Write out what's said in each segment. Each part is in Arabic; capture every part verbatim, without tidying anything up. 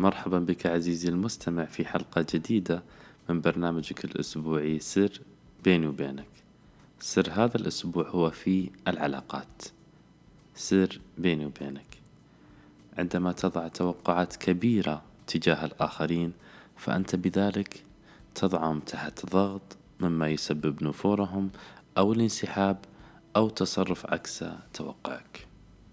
مرحبا بك عزيزي المستمع في حلقة جديدة من برنامجك الأسبوعي سر بيني وبينك. سر هذا الأسبوع هو في العلاقات. سر بيني وبينك، عندما تضع توقعات كبيرة تجاه الآخرين فأنت بذلك تضعهم تحت ضغط مما يسبب نفورهم أو الانسحاب أو تصرف عكس توقعك.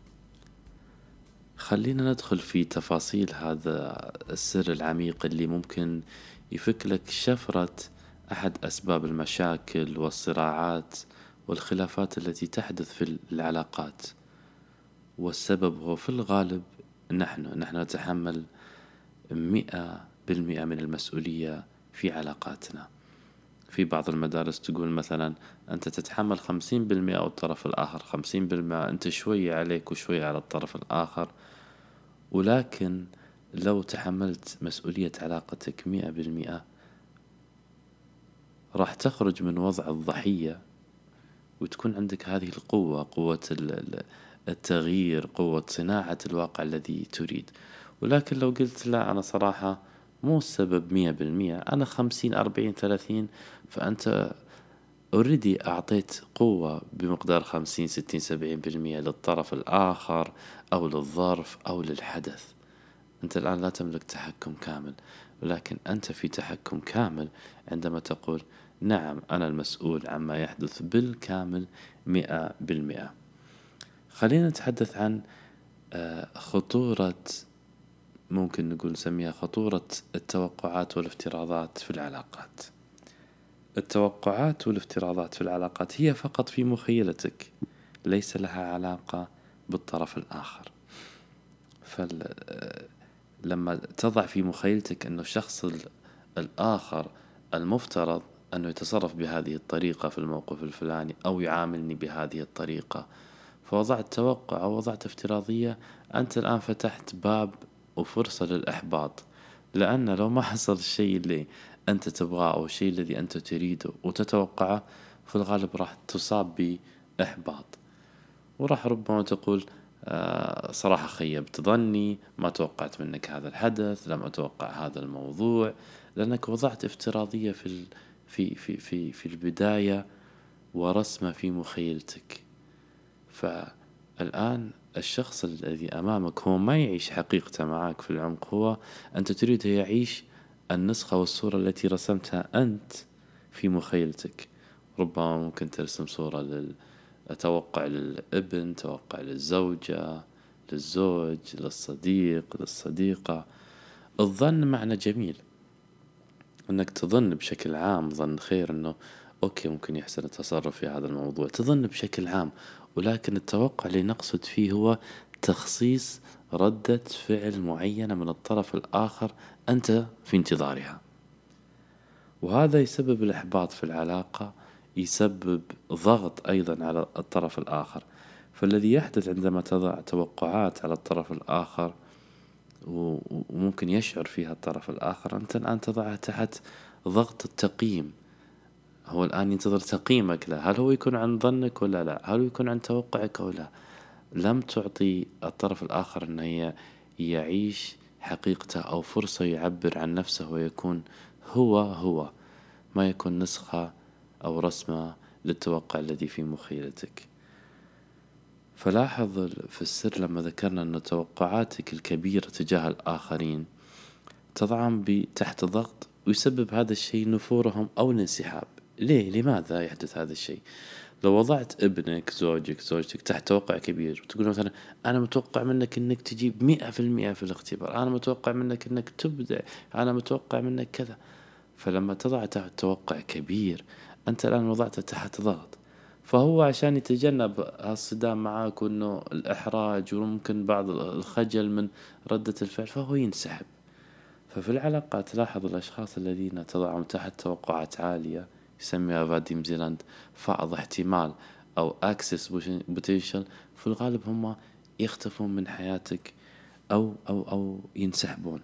خلينا ندخل في تفاصيل هذا السر العميق اللي ممكن يفك لك شفرة أحد أسباب المشاكل والصراعات والخلافات التي تحدث في العلاقات. والسبب هو في الغالب نحن نحن نتحمل مئة بالمئة من المسؤولية في علاقاتنا. في بعض المدارس تقول مثلا أنت تتحمل خمسين بالمئة أو الطرف الآخر خمسين بالمئة، أنت شوية عليك وشوية على الطرف الآخر. ولكن لو تحملت مسؤولية علاقتك مئة بالمئة راح تخرج من وضع الضحية وتكون عندك هذه القوة، قوة التغيير، قوة صناعة الواقع الذي تريد. ولكن لو قلت لا أنا صراحة مو السبب مئة بالمئة، أنا خمسين أربعين ثلاثين، فأنت أوريدي أعطيت قوة بمقدار خمسين ستين سبعين بالمئة للطرف الآخر أو للظرف أو للحدث. أنت الآن لا تملك تحكم كامل، ولكن أنت في تحكم كامل عندما تقول نعم أنا المسؤول عما يحدث بالكامل مئة بالمئة. خلينا نتحدث عن خطورة، ممكن نقول نسميها خطورة التوقعات والافتراضات في العلاقات. التوقعات والافتراضات في العلاقات هي فقط في مخيلتك، ليس لها علاقة بالطرف الآخر. فلما تضع في مخيلتك أن الشخص الآخر المفترض أنه يتصرف بهذه الطريقة في الموقف الفلاني أو يعاملني بهذه الطريقة، فوضعت توقع أو وضعت افتراضية، أنت الآن فتحت باب وفرصة للإحباط. لأن لو ما حصل الشيء اللي أنت تبغاه أو الشيء الذي أنت تريده وتتوقعه، في الغالب راح تصاب بإحباط، وراح ربما تقول آه صراحة خيبت ظني، ما توقعت منك هذا الحدث، لم أتوقع هذا الموضوع، لأنك وضعت افتراضية في في في في في البداية ورسمة في مخيلتك. فالآن الشخص الذي أمامك هو ما يعيش حقيقته معك في العمق، هو أنت تريد يعيش النسخة والصورة التي رسمتها أنت في مخيلتك. ربما ممكن ترسم صورة لل توقع للابن، توقع للزوجة، للزوج، للصديق، للصديقة. الظن معنى جميل، أنك تظن بشكل عام ظن خير، أنه أوكي ممكن يحسن التصرف في هذا الموضوع، تظن بشكل عام. ولكن التوقع اللي نقصد فيه هو تخصيص ردة فعل معينة من الطرف الآخر أنت في انتظارها، وهذا يسبب الإحباط في العلاقة، يسبب ضغط أيضا على الطرف الآخر. فالذي يحدث عندما تضع توقعات على الطرف الآخر وممكن يشعر فيها الطرف الآخر، أنت الآن تضعها تحت ضغط التقييم. هو الآن ينتظر تقييمك له، هل هو يكون عن ظنك ولا لا، هل هو يكون عن توقعك أو لا. لم تعطي الطرف الآخر أنه يعيش حقيقته أو فرصة يعبر عن نفسه ويكون هو هو، ما يكون نسخة أو رسمة للتوقع الذي في مخيلتك. فلاحظ في السر لما ذكرنا أن توقعاتك الكبيرة تجاه الآخرين تضعهم تحت ضغط، ويسبب هذا الشيء نفورهم أو الانسحاب. ليه؟ لماذا يحدث هذا الشيء؟ لو وضعت ابنك، زوجك، زوجتك تحت توقع كبير وتقول مثلا أنا متوقع منك أنك تجيب مئة في المئة في الاختبار، أنا متوقع منك أنك تبدع، أنا متوقع منك كذا. فلما تضع تحت توقع كبير أنت الآن وضعته تحت ضغط، فهو عشان يتجنب هالصدام معاك وأنه الإحراج وممكن بعض الخجل من ردة الفعل فهو ينسحب. ففي العلاقات لاحظ الأشخاص الذين تضعهم تحت توقعات عالية، يسميها فاديم زيلاند فائض احتمال أو access potential، في الغالب هم يختفون من حياتك أو أو أو ينسحبون.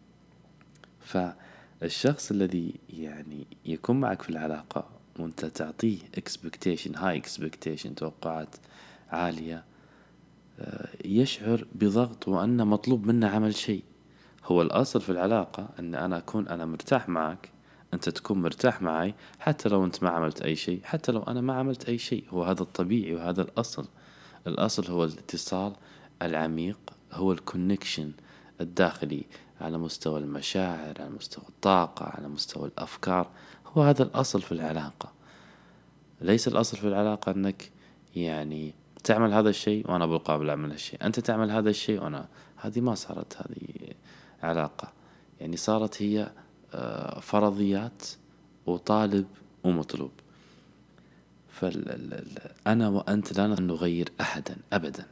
فالشخص الذي يعني يكون معك في العلاقة وانت تعطيه expectation high expectation توقعات عالية، يشعر بضغط وأن مطلوب منه عمل شيء. هو الأصل في العلاقة أن أنا أكون أنا مرتاح معك، أنت تكون مرتاح معي، حتى لو أنت ما عملت أي شيء، حتى لو أنا ما عملت أي شيء. هو هذا الطبيعي وهذا الأصل. الأصل هو الاتصال العميق، هو الكونكشن الداخلي على مستوى المشاعر، على مستوى الطاقة، على مستوى الأفكار. هو هذا الأصل في العلاقة. ليس الأصل في العلاقة أنك يعني تعمل هذا الشيء وأنا بالقابل أعمل هالشيء، أنت تعمل هذا الشيء وأنا. هذه ما صارت هذه علاقة. يعني صارت هي فرضيات وطالب ومطلوب. فأنا وأنت لا نغير أحدا أبدا،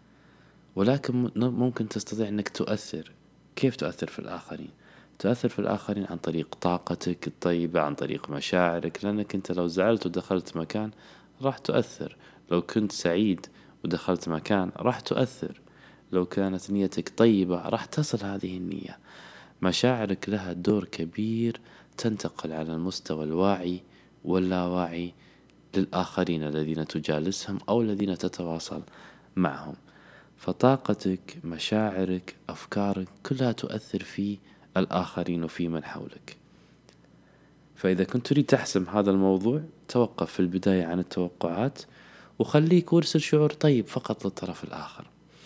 ولكن ممكن تستطيع أنك تؤثر. كيف تؤثر في الآخرين؟ تؤثر في الآخرين عن طريق طاقتك الطيبة، عن طريق مشاعرك. لأنك أنت لو زعلت ودخلت مكان راح تؤثر، لو كنت سعيد ودخلت مكان راح تؤثر، لو كانت نيتك طيبة راح تصل هذه النية. مشاعرك لها دور كبير، تنتقل على المستوى الواعي واللاواعي للآخرين الذين تجالسهم أو الذين تتواصل معهم. فطاقتك، مشاعرك، أفكارك كلها تؤثر في الآخرين وفي من حولك. فإذا كنت تريد تحسم هذا الموضوع، توقف في البداية عن التوقعات وخليك وارسل شعور طيب فقط للطرف الآخر.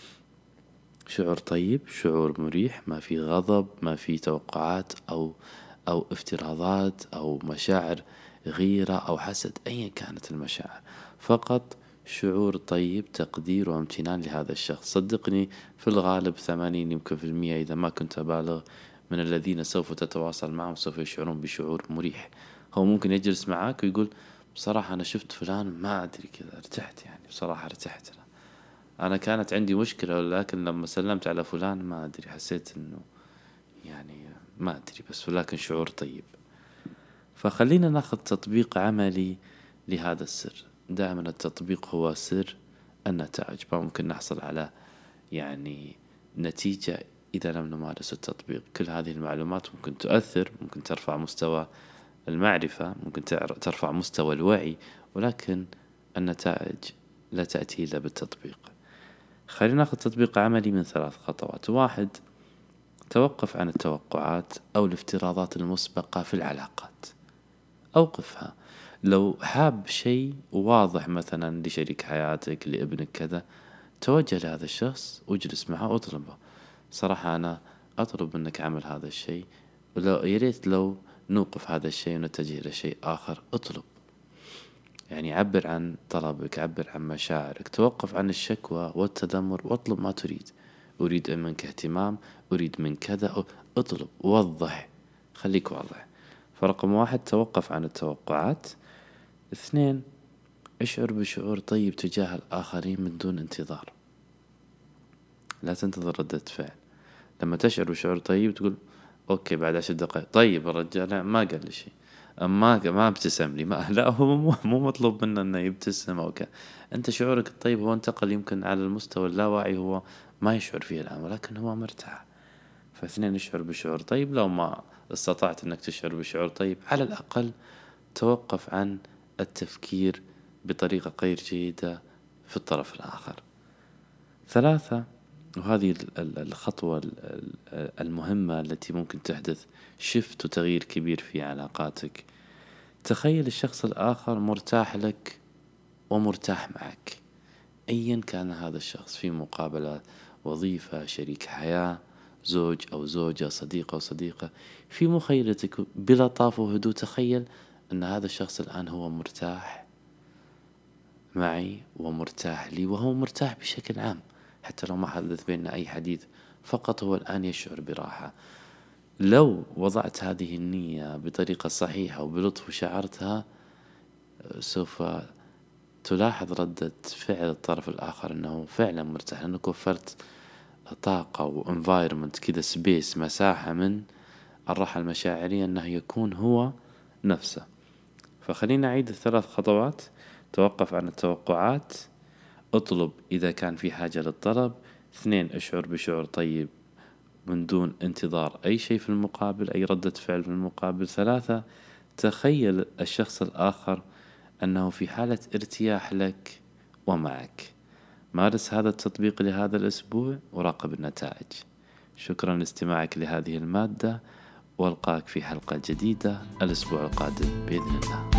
شعور طيب، شعور مريح، ما في غضب، ما في توقعات أو أو افتراضات أو مشاعر غيرة أو حسد، أيا كانت المشاعر. فقط شعور طيب، تقدير وامتنان لهذا الشخص. صدقني في الغالب ثمانين يمكن في المية إذا ما كنت أبالغ من الذين سوف تتواصل معهم سوف يشعرون بشعور مريح. هو ممكن يجلس معك ويقول بصراحة أنا شفت فلان ما أدري كذا ارتحت، يعني بصراحة ارتحت. أنا كانت عندي مشكلة، ولكن لما سلمت على فلان ما أدري حسيت إنه يعني ما أدري بس، ولكن شعور طيب. فخلينا ناخذ تطبيق عملي لهذا السر. دائما التطبيق هو سر النتائج. ما ممكن نحصل على يعني نتيجة إذا لم نمارس التطبيق. كل هذه المعلومات ممكن تؤثر، ممكن ترفع مستوى المعرفة، ممكن ترفع مستوى الوعي، ولكن النتائج لا تأتي إلا بالتطبيق. خلينا ناخذ تطبيق عملي من ثلاث خطوات. واحد، توقف عن التوقعات أو الافتراضات المسبقة في العلاقات. أوقفها. لو حاب شيء واضح مثلا لشريك حياتك، لابنك كذا، توجه لهذا الشخص واجلس معه واطلبه. صراحة أنا أطلب منك عمل هذا الشيء، ولو يريت لو نوقف هذا الشيء ونتجه إلى شيء آخر. اطلب، يعني عبر عن طلبك، عبر عن مشاعرك، توقف عن الشكوى والتذمر واطلب ما تريد. أريد منك اهتمام، أريد من كذا. اطلب، وضح، خليك واضح. فرقم واحد، توقف عن التوقعات. اثنين، اشعر بشعور طيب تجاه الآخرين من دون انتظار. لا تنتظر ردة فعل. لما تشعر بشعور طيب تقول أوكي بعد عشر دقائق طيب الرجال ما قال لي شيء، ما ما ابتسم لي، ما لا هو مو مو مطلوب منه انه يبتسم او كذا. انت شعورك الطيب هو انتقل يمكن على المستوى اللاواعي، هو ما يشعر فيه الان ولكن هو مرتاح. فاثنين، اشعر بشعور طيب. لو ما استطعت انك تشعر بشعور طيب، على الاقل توقف عن التفكير بطريقة غير جيدة في الطرف الاخر. ثلاثة، وهذه الخطوة المهمة التي ممكن تحدث شفت وتغيير كبير في علاقاتك. تخيل الشخص الآخر مرتاح لك ومرتاح معك، أيا كان هذا الشخص، في مقابلة وظيفة، شريك حياة، زوج أو زوجة، صديقة أو صديقة. في مخيلتك بلطافة وهدوء تخيل أن هذا الشخص الآن هو مرتاح معي ومرتاح لي، وهو مرتاح بشكل عام حتى لو ما حدث بيننا أي حديث، فقط هو الآن يشعر براحة. لو وضعت هذه النية بطريقة صحيحة وبلطف وشعرتها، سوف تلاحظ ردة فعل الطرف الآخر أنه فعلا مرتاح، لأنك وفرت طاقة وانفايرمنت كذا، سبيس، مساحة من الراحة المشاعرية أنه يكون هو نفسه. فخلينا نعيد الثلاث خطوات. توقف عن التوقعات، اطلب إذا كان في حاجة للطلب. اثنين، اشعر بشعور طيب من دون انتظار أي شيء في المقابل، أي ردة فعل في المقابل. ثلاثة، تخيل الشخص الآخر أنه في حالة ارتياح لك ومعك. مارس هذا التطبيق لهذا الأسبوع وراقب النتائج. شكرا لاستماعك لهذه المادة، والقاك في حلقة جديدة الأسبوع القادم بإذن الله.